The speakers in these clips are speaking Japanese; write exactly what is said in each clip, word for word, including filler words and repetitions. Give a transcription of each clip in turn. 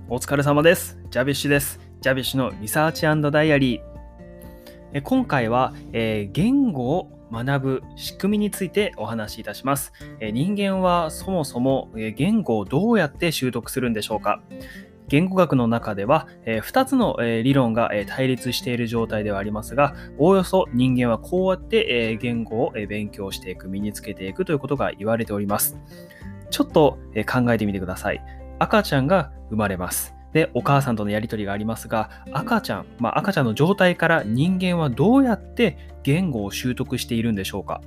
お疲れ様です。ジャビッシュです。ジャビッシュのリサーチ&ダイアリー。え今回は、えー言語を学ぶ仕組みについてお話しいたします。えー人間はそもそも、えー言語をどうやって習得するんでしょうか。言語学の中では、えーふたつの、えー理論が、えー対立している状態ではありますが、おおよそ人間はこうやって、えー言語を、えー勉強していく、身につけていくということが言われております。ちょっと、えー考えてみてください。赤ちゃんが生まれます。で、お母さんとのやり取りがありますが、赤ちゃん、まあ、赤ちゃんの状態から人間はどうやって言語を習得しているんでしょうか。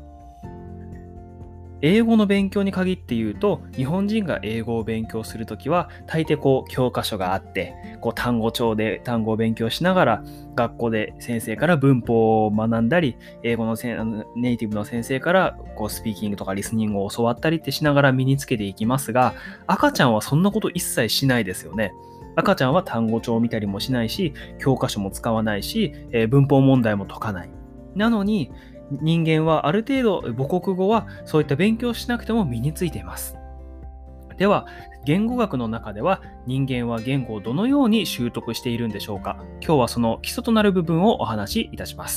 英語の勉強に限って言うと、日本人が英語を勉強するときは、大抵こう教科書があって、こう単語帳で単語を勉強しながら、学校で先生から文法を学んだり、英語のせあのネイティブの先生からこうスピーキングとかリスニングを教わったりってしながら身につけていきますが、赤ちゃんはそんなこと一切しないですよね。赤ちゃんは単語帳を見たりもしないし、教科書も使わないし、えー文法問題も解かない。なのに、人間はある程度母国語はそういった勉強しなくても身についています。では、言語学の中では人間は言語をどのように習得しているんでしょうか。今日はその基礎となる部分をお話しいたします。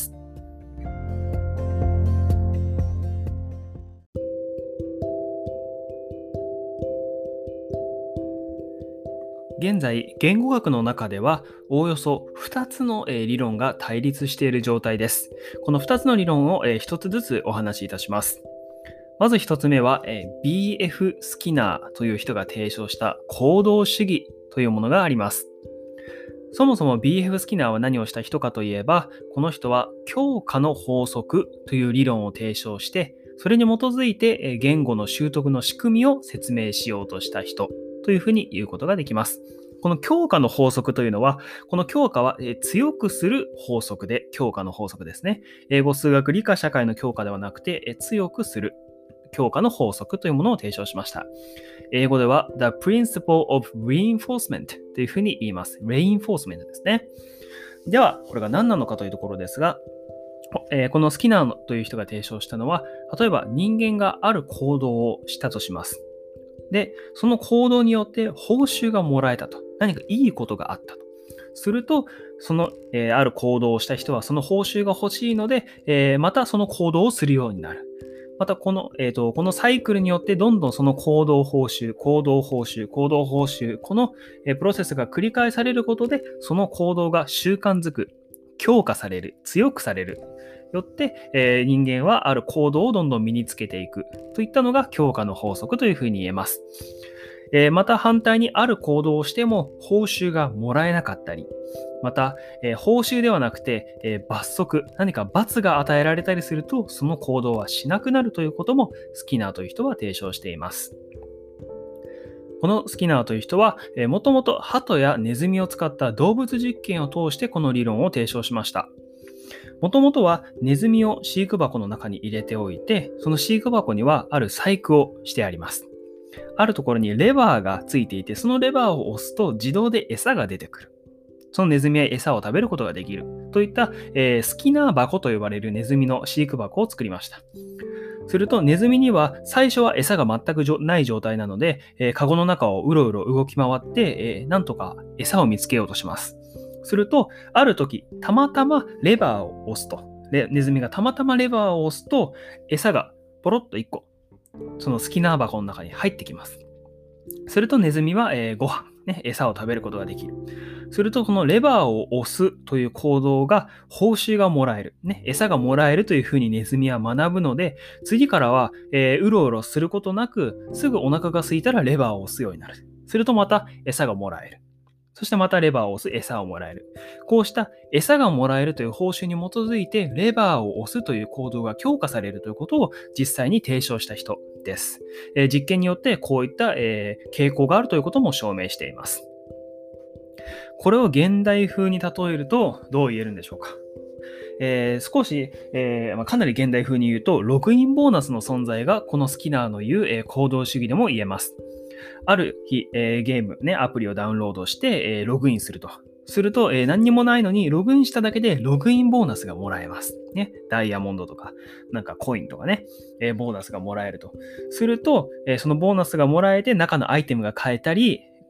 現在、言語学の中ではおおよそふたつのえー理論が対立している状態です。このふたつの理論をえーひとつずつお話しいたします。まずひとつめは、えー ビーエフ スキナーという人が提唱した行動主義というものがあります。そもそも ビーエフ スキナーは何をした人かといえば、この人は強化の法則という理論を提唱して、それに基づいてえー言語の習得の仕組みを説明しようとした人というふうに言うことができます。この強化の法則というのは、この強化はえー強くする法則で、強化の法則ですね。英語、数学、理科、社会の強化ではなくて、えー強くする。強化の法則というものを提唱しました。英語では The Principle of Reinforcement というふうに言います。Reinforcement ですね。では、これが何なのかというところですが、えーこのスキナーという人が提唱したのは、例えば人間がある行動をしたとします。で、その行動によって報酬がもらえたと。何かいいことがあったと。すると、その、えーある行動をした人はその報酬が欲しいので、えーまたその行動をするようになる。またこの、えーと、このサイクルによってどんどんその行動報酬、行動報酬、行動報酬、この、えープロセスが繰り返されることで、その行動が習慣づく、強化される、強くされる。よって、えー人間はある行動をどんどん身につけていくといったのが強化の法則というふうに言えます。えーまた反対にある行動をしても報酬がもらえなかったり、また、えー報酬ではなくて、えー罰則、何か罰が与えられたりすると、その行動はしなくなるということもスキナーという人は提唱しています。このスキナーという人は、もともと鳩やネズミを使った動物実験を通してこの理論を提唱しました。もともとはネズミを飼育箱の中に入れておいて、その飼育箱にはある細工をしてあります。あるところにレバーがついていて、そのレバーを押すと自動で餌が出てくる。そのネズミは餌を食べることができる。といった、えースキナー箱と呼ばれるネズミの飼育箱を作りました。するとネズミには最初は餌が全くない状態なので、えーカゴの中をうろうろ動き回って、えーなんとか餌を見つけようとします。すると、ある時、たまたまレバーを押すと。でネズミがたまたまレバーを押すと、餌がポロッといっこ、そのスキナー箱の中に入ってきます。するとネズミは、えーご飯、ね、餌を食べることができる。すると、このレバーを押すという行動が報酬がもらえる、ね。餌がもらえるというふうにネズミは学ぶので、次からは、えーうろうろすることなく、すぐお腹が空いたらレバーを押すようになる。するとまた餌がもらえる。そしてまたレバーを押す、餌をもらえる。こうした餌がもらえるという報酬に基づいて、レバーを押すという行動が強化されるということを実際に提唱した人です。えー実験によってこういった、えー傾向があるということも証明しています。これを現代風に例えるとどう言えるんでしょうか。えー少し、えーまあ、かなり現代風に言うと、ログインボーナスの存在がこのスキナーの言う、えー行動主義でも言えます。ある日、えーゲーム、ね、アプリをダウンロードして、えーログインすると。すると、えー何にもないのに、ログインしただけでログインボーナスがもらえます。ね、ダイヤモンドとか、なんかコインとかね、えーボーナスがもらえると。すると、えーそのボーナスがもらえて中のアイテムが買えたり、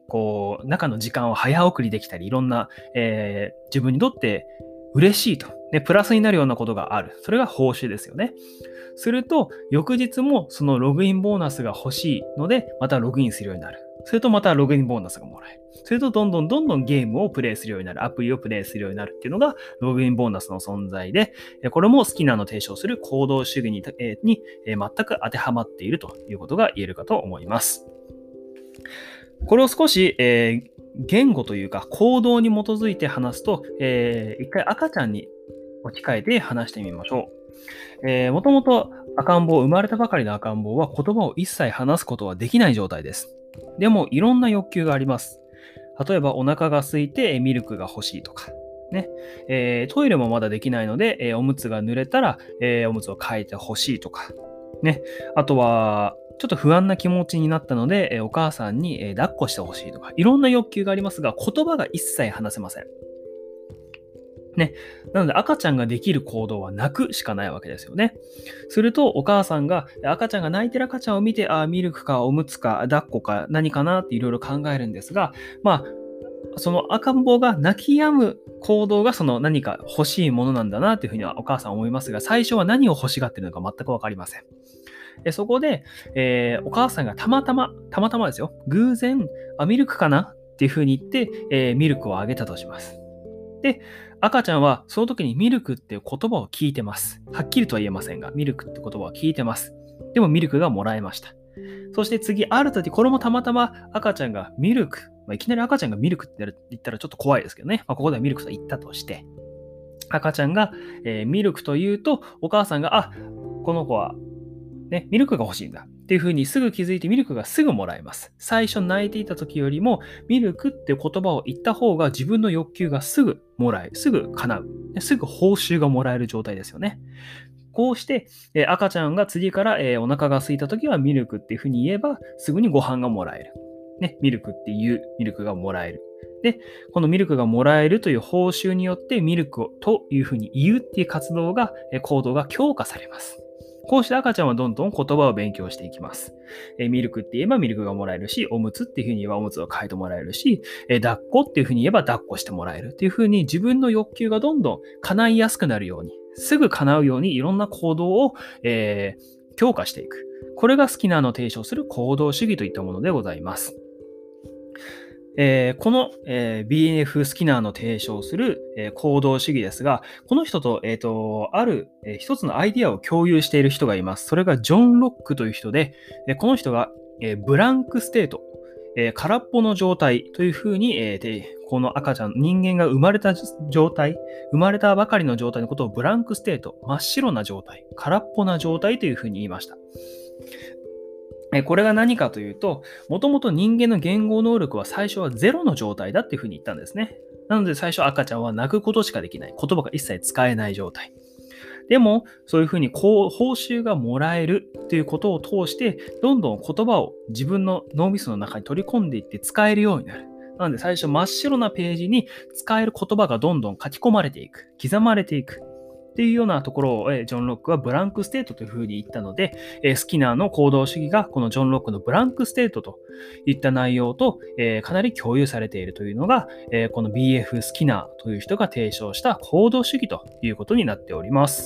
こう中の時間を早送りできたり、いろんな、えー自分にとって嬉しいと、ね、プラスになるようなことがある。それが報酬ですよね。すると翌日もそのログインボーナスが欲しいので、またログインするようになる。するとまたログインボーナスがもらえる。するとどんどんどんどんゲームをプレイするようになる。アプリをプレイするようになるっていうのがログインボーナスの存在で、これもスキナーの提唱する行動主義に、えーに全く当てはまっているということが言えるかと思います。これを少し、えー言語というか行動に基づいて話すと、えー一回赤ちゃんに置き換えて話してみましょう。えー、もともと赤ん坊、生まれたばかりの赤ん坊は言葉を一切話すことはできない状態です。でもいろんな欲求があります。例えばお腹が空いてミルクが欲しいとか、ねえートイレもまだできないので、えーおむつが濡れたら、えーおむつを替えて欲しいとか、ね、あとはちょっと不安な気持ちになったので、えーお母さんに、えー抱っこしてほしいとか、いろんな欲求がありますが、言葉が一切話せません。ね。なので赤ちゃんができる行動は泣くしかないわけですよね。するとお母さんが赤ちゃんが泣いてる赤ちゃんを見て、あ、ミルクかおむつか抱っこか何かなっていろいろ考えるんですが、まあ、その赤ん坊が泣き止む行動がその何か欲しいものなんだなっていうふうにはお母さんは思いますが、最初は何を欲しがっているのか全くわかりません。でそこで、えーお母さんがたまたま、たまたまですよ、偶然、あ、ミルクかなっていうふうに言って、えーミルクをあげたとします。で、赤ちゃんはその時にミルクっていう言葉を聞いてます。はっきりとは言えませんが、ミルクって言葉を聞いてます。でもミルクがもらえました。そして次、ある時、これもたまたま赤ちゃんがミルク、まあ、いきなり赤ちゃんがミルクって言ったらちょっと怖いですけどね、まあ、ここではミルクと言ったとして、赤ちゃんが、えーミルクと言うと、お母さんが、あ、この子は、ね、ミルクが欲しいんだっていうふうにすぐ気づいてミルクがすぐもらえます。最初泣いていた時よりもミルクっていう言葉を言った方が自分の欲求がすぐもらえる、すぐ叶う、すぐ報酬がもらえる状態ですよね。こうして、えー赤ちゃんが次から、えーお腹が空いた時はミルクっていうふうに言えばすぐにご飯がもらえる。ね、ミルクっていうミルクがもらえる。で、このミルクがもらえるという報酬によってミルクをというふうに言うっていう活動が、えー行動が強化されます。こうして赤ちゃんはどんどん言葉を勉強していきます。えーミルクって言えばミルクがもらえるし、おむつっていうふうに言えばおむつを変えてもらえるし、えー抱っこっていうふうに言えば抱っこしてもらえるっていうふうに自分の欲求がどんどん叶いやすくなるように、すぐ叶うようにいろんな行動を、えー強化していく。これがスキナーの提唱する行動主義といったものでございます。えーこの、えー ビーエヌエフ スキナーの提唱する、えー行動主義ですが、この人と、えーと、ある、えー一つのアイディアを共有している人がいます。それがジョン・ロックという人で、でこの人が、えーブランクステート、えー空っぽの状態というふうに、えーでこの赤ちゃん、人間が生まれた状態、生まれたばかりの状態のことをブランクステート、真っ白な状態、空っぽな状態というふうに言いました。これが何かというと、もともと人間の言語能力は最初はゼロの状態だっていうふうに言ったんですね。なので最初赤ちゃんは泣くことしかできない。言葉が一切使えない状態。でも、そういうふうにこう報酬がもらえるということを通して、どんどん言葉を自分の脳みその中に取り込んでいって使えるようになる。なので最初真っ白なページに使える言葉がどんどん書き込まれていく。刻まれていく。っていうようなところを、ジョン・ロックはブランクステートというふうに言ったので、スキナーの行動主義がこのジョン・ロックのブランクステートといった内容とかなり共有されているというのが、この ビーエフ スキナーという人が提唱した行動主義ということになっております。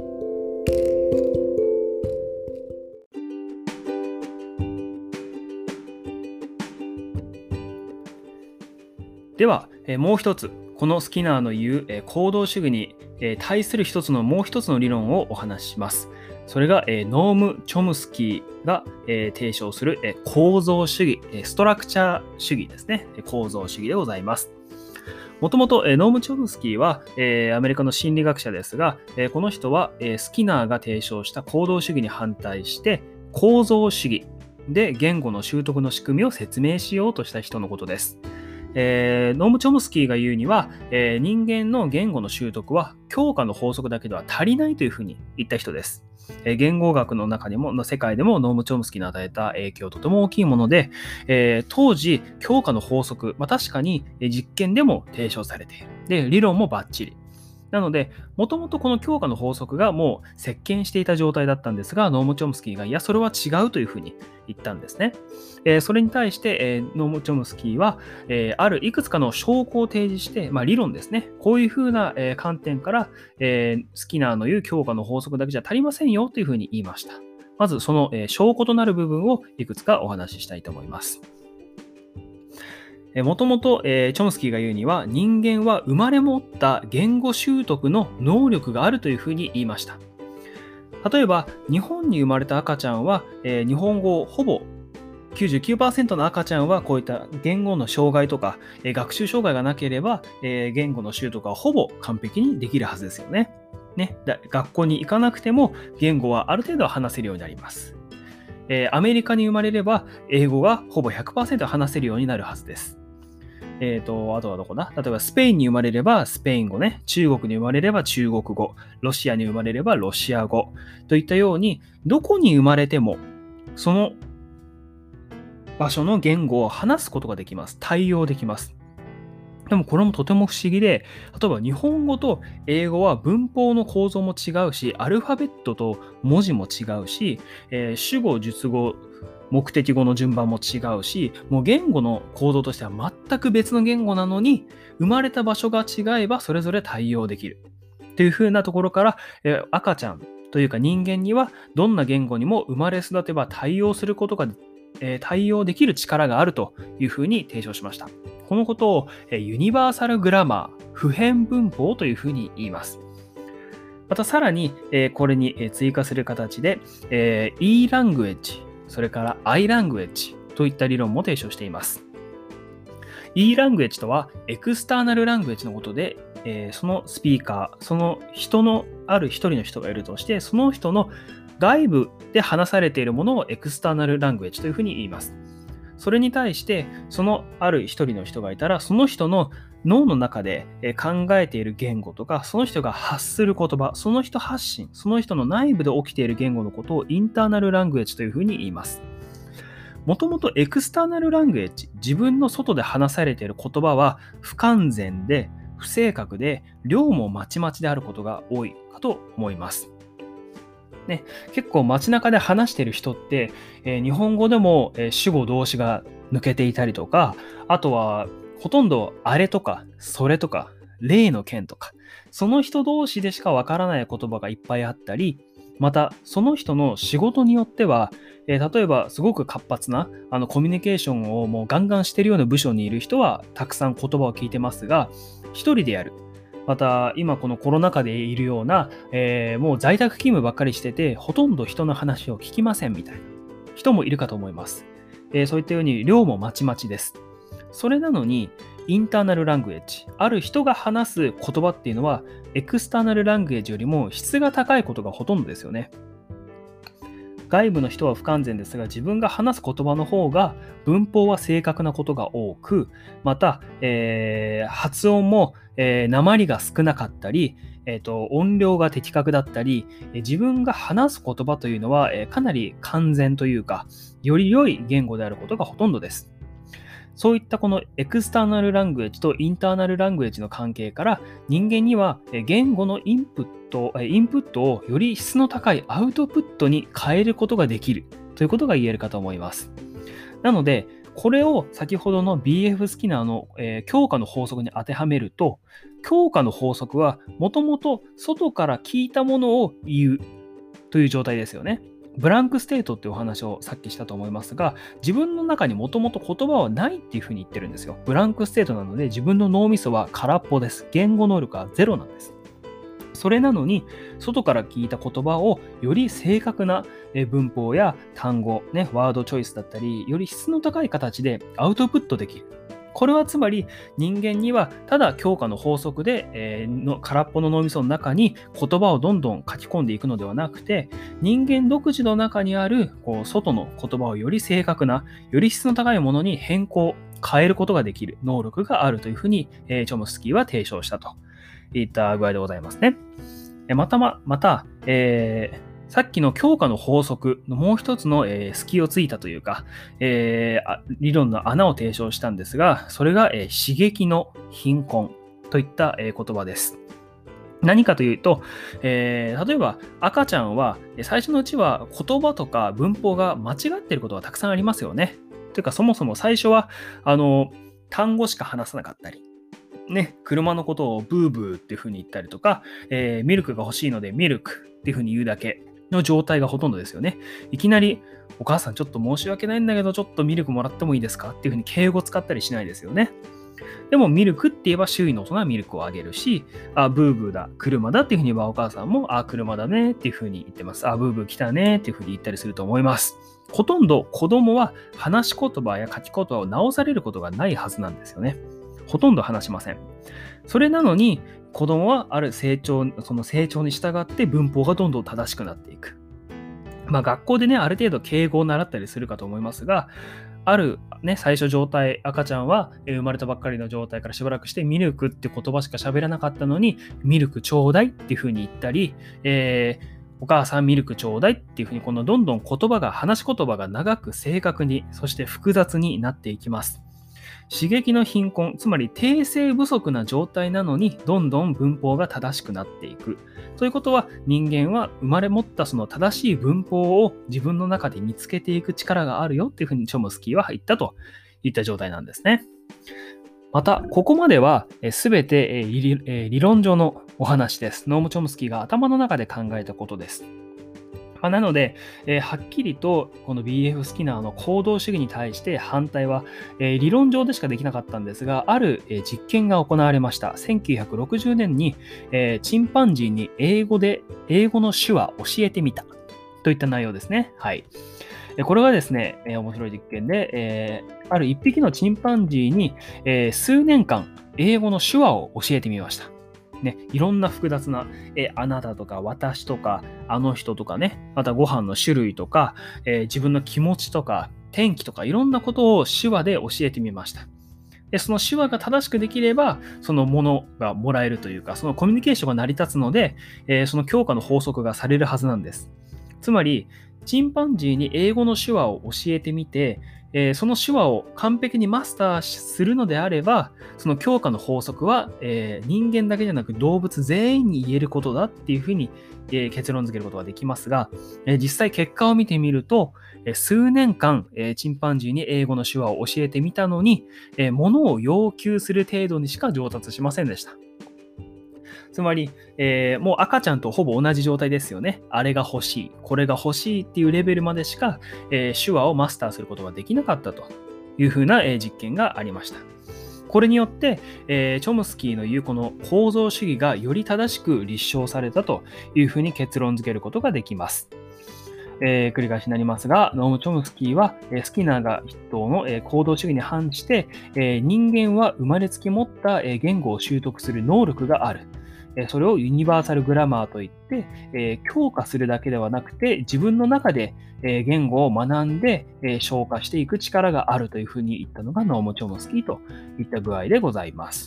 では、もう一つ、このスキナーの言う行動主義に対する一つのもう一つの理論をお話しします。それがノーム・チョムスキーが提唱する構造主義、ストラクチャー主義ですね。構造主義でございます。もともとノーム・チョムスキーはアメリカの心理学者ですが、この人はスキナーが提唱した行動主義に反対して構造主義で言語の習得の仕組みを説明しようとした人のことです。えー、ノーム・チョムスキーが言うには、えー、人間の言語の習得は強化の法則だけでは足りないというふうに言った人です。えー、言語学の中でもの世界でもノーム・チョムスキーの与えた影響はとても大きいもので、えー、当時強化の法則、まあ、確かに実験でも提唱されている。で、理論もバッチリ。 なので、もともとこの強化の法則がもう席巻していた状態だったんですが、ノーム・チョムスキーが、いや、それは違うというふうに言ったんですね。えーそれに対して、えーノーム・チョムスキーは、えーあるいくつかの証拠を提示して、まあ、理論ですね。こういうふうな、えー観点から、えースキナーの言う強化の法則だけじゃ足りませんよというふうに言いました。まず、その、えー証拠となる部分をいくつかお話ししたいと思います。もともとチョムスキーが言うには、人間は生まれ持った言語習得の能力があるというふうに言いました。例えば、日本に生まれた赤ちゃんは、えー日本語をほぼきゅうじゅうきゅうパーセントの赤ちゃんはこういった言語の障害とか、えー学習障害がなければ、えー言語の習得はほぼ完璧にできるはずですよね。ね、だ学校に行かなくても言語はある程度は話せるようになります。えーアメリカに生まれれば英語がほぼひゃくパーセント話せるようになるはずです。えっと、あとはどこだ例えばスペインに生まれればスペイン語ね、中国に生まれれば中国語、ロシアに生まれればロシア語といったように、どこに生まれてもその場所の言語を話すことができます。対応できます。でもこれもとても不思議で、例えば日本語と英語は文法の構造も違うし、アルファベットと文字も違うし、えー主語、述語、目的語の順番も違うし、もう言語の構造としては全く別の言語なのに、生まれた場所が違えばそれぞれ対応できる。というふうなところから、えー赤ちゃんというか人間にはどんな言語にも生まれ育てば対応することが、えー対応できる力があるというふうに提唱しました。このことをえーユニバーサルグラマー、普遍文法というふうに言います。またさらに、えーこれにえー追加する形で、えー E ラングエッジ、それから I ラングエッジといった理論も提唱しています。E ラングエッジとはエクスターナルラングエッジのことで、えーそのスピーカー、その人のある一人の人がいるとして、その人の外部で話されているものをエクスターナルラングエッジというふうに言います。それに対して、そのある一人の人がいたら、その人の脳の中で考えている言語とか、その人が発する言葉、その人発信、その人の内部で起きている言語のことをインターナルラングエッジというふうに言います。もともとエクスターナルラングエッジ、自分の外で話されている言葉は不完全で不正確で量もまちまちであることが多いかと思います。ね、結構街中で話している人って、えー日本語でも、えー主語動詞が抜けていたりとか、あとはほとんどあれとかそれとか例の件とか、その人同士でしかわからない言葉がいっぱいあったり、またその人の仕事によっては、えー例えばすごく活発なあのコミュニケーションをもうガンガンしているような部署にいる人はたくさん言葉を聞いてますが、一人でやる。また今このコロナ禍でいるような、えーもう在宅勤務ばっかりしててほとんど人の話を聞きませんみたいな人もいるかと思います。えーそういったように量もまちまちです。それなのにインターナルラングエッジ、ある人が話す言葉っていうのはエクスターナルラングエッジよりも質が高いことがほとんどですよね。外部の人は不完全ですが、自分が話す言葉の方が文法は正確なことが多く、また、えー発音も、えー、訛りが少なかったり、えーと、音量が的確だったり、えー自分が話す言葉というのは、えーかなり完全というか、より良い言語であることがほとんどです。そういったこのエクスターナルラングエッジとインターナルラングエッジの関係から人間にはえ言語のインプット、えインプットをより質の高いアウトプットに変えることができるということが言えるかと思います。なので、これを先ほどの ビーエフ スキナーの、えー強化の法則に当てはめると、強化の法則はもともと外から聞いたものを言うという状態ですよね。ブランクステートっていうお話をさっきしたと思いますが、自分の中にもともと言葉はないっていうふうに言ってるんですよ。ブランクステートなので自分の脳みそは空っぽです。言語能力はゼロなんです。それなのに、外から聞いた言葉をより正確なえ文法や単語、ね、ワードチョイスだったり、より質の高い形でアウトプットできる。これはつまり人間にはただ強化の法則で、えーの空っぽの脳みその中に言葉をどんどん書き込んでいくのではなくて、人間独自の中にあるこう外の言葉をより正確な、より質の高いものに変更、変えることができる能力があるというふうに、えーチョムスキーは提唱したといった具合でございますね。えまたま、また、えーさっきの強化の法則のもう一つの、えー隙をついたというか、えーあ理論の穴を提唱したんですが、それが、えー刺激の貧困といった、えー言葉です。 何かというと、えー例えば赤ちゃんはえ最初のうちは言葉とか文法が間違っていることがたくさんありますよね。というかそもそも最初はあの単語しか話さなかったり、ね、車のことをブーブーっていうふうに言ったりとか、えーミルクが欲しいのでミルクっていうふうに言うだけの状態がほとんどですよね。いきなりお母さんちょっと申し訳ないんだけどちょっとミルクもらってもいいですかっていうふうに敬語使ったりしないですよね。でもミルクって言えば周囲の大人はミルクをあげるし、あ、ブーブーだ、車だっていうふうに言えばお母さんも、あ、車だねっていうふうに言ってます。あ、ブーブー来たねっていうふうに言ったりすると思います。ほとんど子供は話し言葉や書き言葉を直されることがないはずなんですよね。ほとんど話しません。それなのに子供はある成長、その成長に従って文法がどんどん正しくなっていく。まあ学校でね、ある程度敬語を習ったりするかと思いますが、あるね、最初状態、赤ちゃんはえー生まれたばっかりの状態からしばらくしてミルクって言葉しか喋らなかったのに、ミルクちょうだいっていうふうに言ったり、えーお母さんミルクちょうだいっていうふうに、このどんどん言葉が、話し言葉が長く正確に、そして複雑になっていきます。刺激の貧困、つまり訂正不足な状態なのに、どんどん文法が正しくなっていく。ということは、人間は生まれ持ったその正しい文法を自分の中で見つけていく力があるよっていうふうにチョムスキーは言ったといった状態なんですね。また、ここまではすべてえー理えー理論上のお話です。ノーム・チョムスキーが頭の中で考えたことです。まあなので、えーはっきりとこの ビーエフ スキナーの行動主義に対して反対は、えー理論上でしかできなかったんですが、ある、えー実験が行われました。せんきゅうひゃくろくじゅうねんに、えーチンパンジーに英語で、英語の手話を教えてみたといった内容ですね。はい。えーこれはですね、えー面白い実験で、えーある一匹のチンパンジーに、えー数年間英語の手話を教えてみました。ね、いろんな複雑な、えあなたとか私とかあの人とかね、またご飯の種類とか、えー自分の気持ちとか天気とかいろんなことを手話で教えてみました。で、その手話が正しくできれば、そのものがもらえるというか、そのコミュニケーションが成り立つので、えーその強化の法則がされるはずなんです。つまり、チンパンジーに英語の手話を教えてみて、えーその手話を完璧にマスターするのであれば、その強化の法則は、えー人間だけじゃなく動物全員に言えることだっていうふうに、えー結論付けることができますが、えー実際結果を見てみると、えー数年間、えーチンパンジーに英語の手話を教えてみたのに、えー物を要求する程度にしか上達しませんでした。つまり、えーもう赤ちゃんとほぼ同じ状態ですよね。あれが欲しい、これが欲しいっていうレベルまでしか、えー手話をマスターすることができなかったというふうな、えー実験がありました。これによって、えーチョムスキーの言うこの構造主義がより正しく立証されたというふうに結論付けることができます。えー繰り返しになりますが、ノーム・チョムスキーは、えースキナーが筆頭の、えー行動主義に反して、えー人間は生まれつき持った、えー言語を習得する能力がある。えーそれをユニバーサルグラマーといって、えー強化するだけではなくて、自分の中で、えー言語を学んで、えー消化していく力があるというふうに言ったのがノーム・チョムスキーといった具合でございます。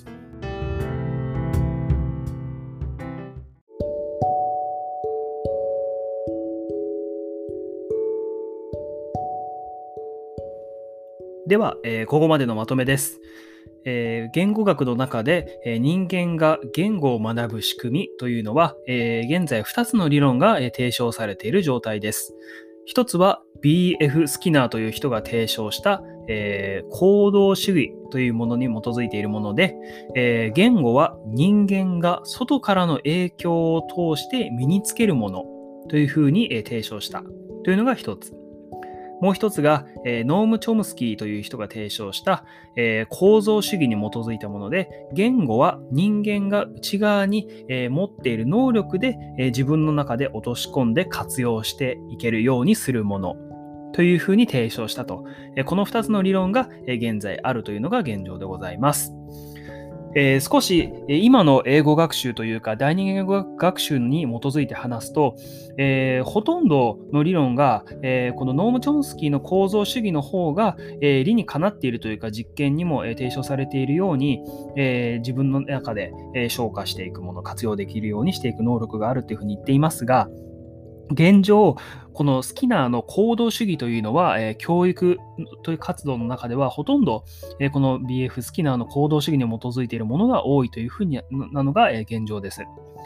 では、えーここまでのまとめです。えー言語学の中で、えー人間が言語を学ぶ仕組みというのは、えー現在ふたつの理論が、えー提唱されている状態です。一つは ビーエフ スキナーという人が提唱した、えー行動主義というものに基づいているもので、えー言語は人間が外からの影響を通して身につけるものというふうに、えー提唱したというのが一つ。もう一つが、えーノーム・チョムスキーという人が提唱した、えー構造主義に基づいたもので、言語は人間が内側に、えー持っている能力で、えー自分の中で落とし込んで活用していけるようにするものというふうに提唱したと。えーこのふたつの理論が、えー現在あるというのが現状でございます。えー少しえー今の英語学習というか第二言語学習に基づいて話すと、えーほとんどの理論が、えーこのノーム・チョムスキーの構造主義の方が、えー理にかなっているというか実験にも、えー提唱されているように、えー自分の中で、えー消化していくもの、活用できるようにしていく能力があるというふうに言っていますが、現状、このスキナーの行動主義というのは、えー教育という活動の中ではほとんど、えーこの ビーエフ スキナーの行動主義に基づいているものが多いというふうになのが、えー現状です。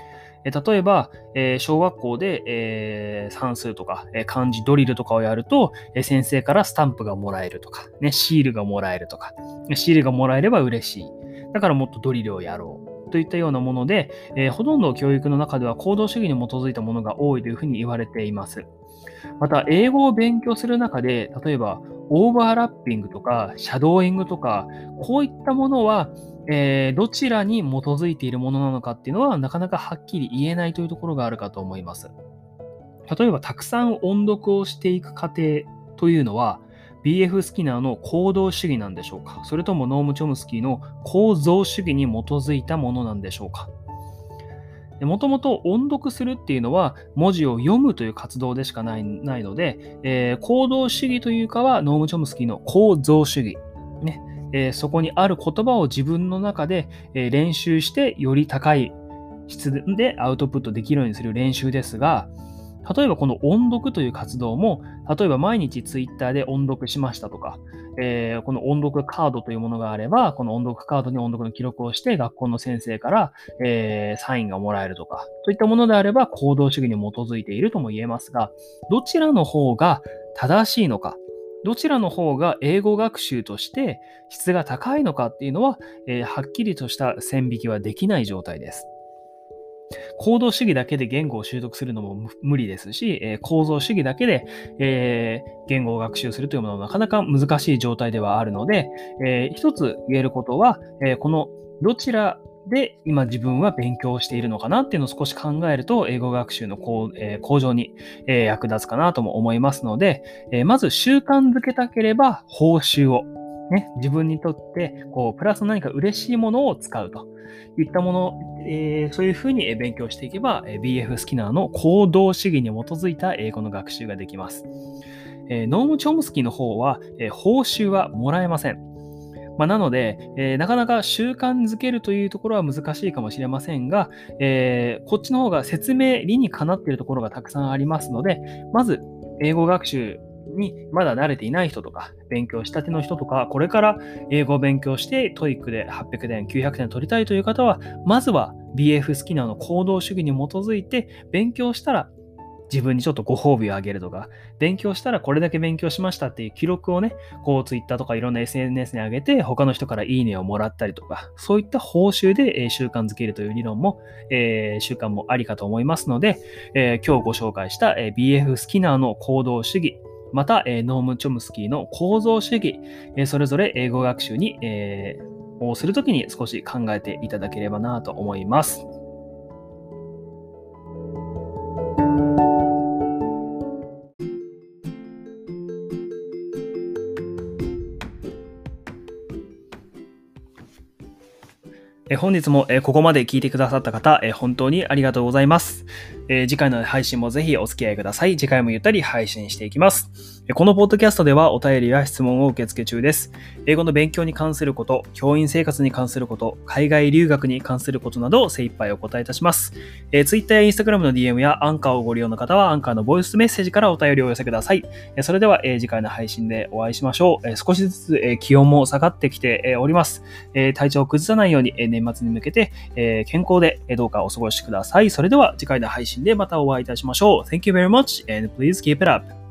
えー例えば、えー小学校で、えー算数とか、えー漢字ドリルとかをやると、えー先生からスタンプがもらえるとか、ね、シールがもらえるとか、シールがもらえれば嬉しい。だからもっとドリルをやろう。といったようなもので、えーほとんど教育の中では行動主義に基づいたものが多いというふうに言われています。また、英語を勉強する中で、例えば、オーバーラッピングとか、シャドーイングとか、こういったものは、えーどちらに基づいているものなのかっていうのは、なかなかはっきり言えないというところがあるかと思います。例えば、たくさん音読をしていく過程というのは、ビーエフ スキナーの行動主義なんでしょうか、それともノーム・チョムスキーの構造主義に基づいたものなんでしょうか。もともと音読するっていうのは文字を読むという活動でしかない、ないので、えー行動主義というかはノーム・チョムスキーの構造主義、ねえーそこにある言葉を自分の中で、えー練習してより高い質でアウトプットできるようにする練習ですが、例えばこの音読という活動も、例えば毎日ツイッターで音読しましたとか、えーこの音読カードというものがあれば、この音読カードに音読の記録をして学校の先生から、えーサインがもらえるとか、そういったものであれば行動主義に基づいているとも言えますが、どちらの方が正しいのか、どちらの方が英語学習として質が高いのかっていうのは、えーはっきりとした線引きはできない状態です。行動主義だけで言語を習得するのも無無理ですし、えー構造主義だけで、えー言語を学習するというものはなかなか難しい状態ではあるので、えー一つ言えることは、えーこのどちらで今自分は勉強しているのかなっていうのを少し考えると、英語学習の向,、えー向上に、えー役立つかなとも思いますので、えーまず習慣づけたければ報酬を、ね、自分にとってこうプラス何か嬉しいものを使うといったもの、えーそういうふうに勉強していけば、えー ビーエフ スキナーの行動主義に基づいた英語の学習ができます。えーノーム・チョムスキーの方は、えー報酬はもらえません。まあ、なので、えーなかなか習慣づけるというところは難しいかもしれませんが、えーこっちの方が説明理にかなっているところがたくさんありますので、まず英語学習にまだ慣れていない人とか、勉強したての人とか、これから英語を勉強して トーイック ではっぴゃくてん、きゅうひゃくてん取りたいという方は、まずは ビーエフ スキナーの行動主義に基づいて勉強したら自分にちょっとご褒美をあげるとか、勉強したらこれだけ勉強しましたっていう記録をね、こう Twitter とかいろんな エスエヌエス に上げて、他の人からいいねをもらったりとか、そういった報酬でえー習慣づけるという理論も、えー習慣もありかと思いますので、えー今日ご紹介したえー ビーエフ スキナーの行動主義、また、えーノーム・チョムスキーの構造主義、えーそれぞれ英語学習に、えーをするときに少し考えていただければなと思います。えー本日もえーここまで聞いてくださった方、えー本当にありがとうございます。えー次回の配信もぜひお付き合いください。次回もゆったり配信していきます。えーこのポッドキャストではお便りや質問を受け付け中です。英語の勉強に関すること、教員生活に関すること、海外留学に関することなどを精一杯お答えいたします。えー、Twitter や Instagram の ディーエム やアンカーをご利用の方はアンカーのボイスメッセージからお便りをお寄せください。えーそれでは、えー次回の配信でお会いしましょう。えー少しずつ、えー気温も下がってきて、えーおります。えー体調を崩さないように、えー年末に向けて、えー健康でえーどうかお過ごしください。それでは次回の配信でまたお会いいたしましょう。Thank you very much and please keep it up.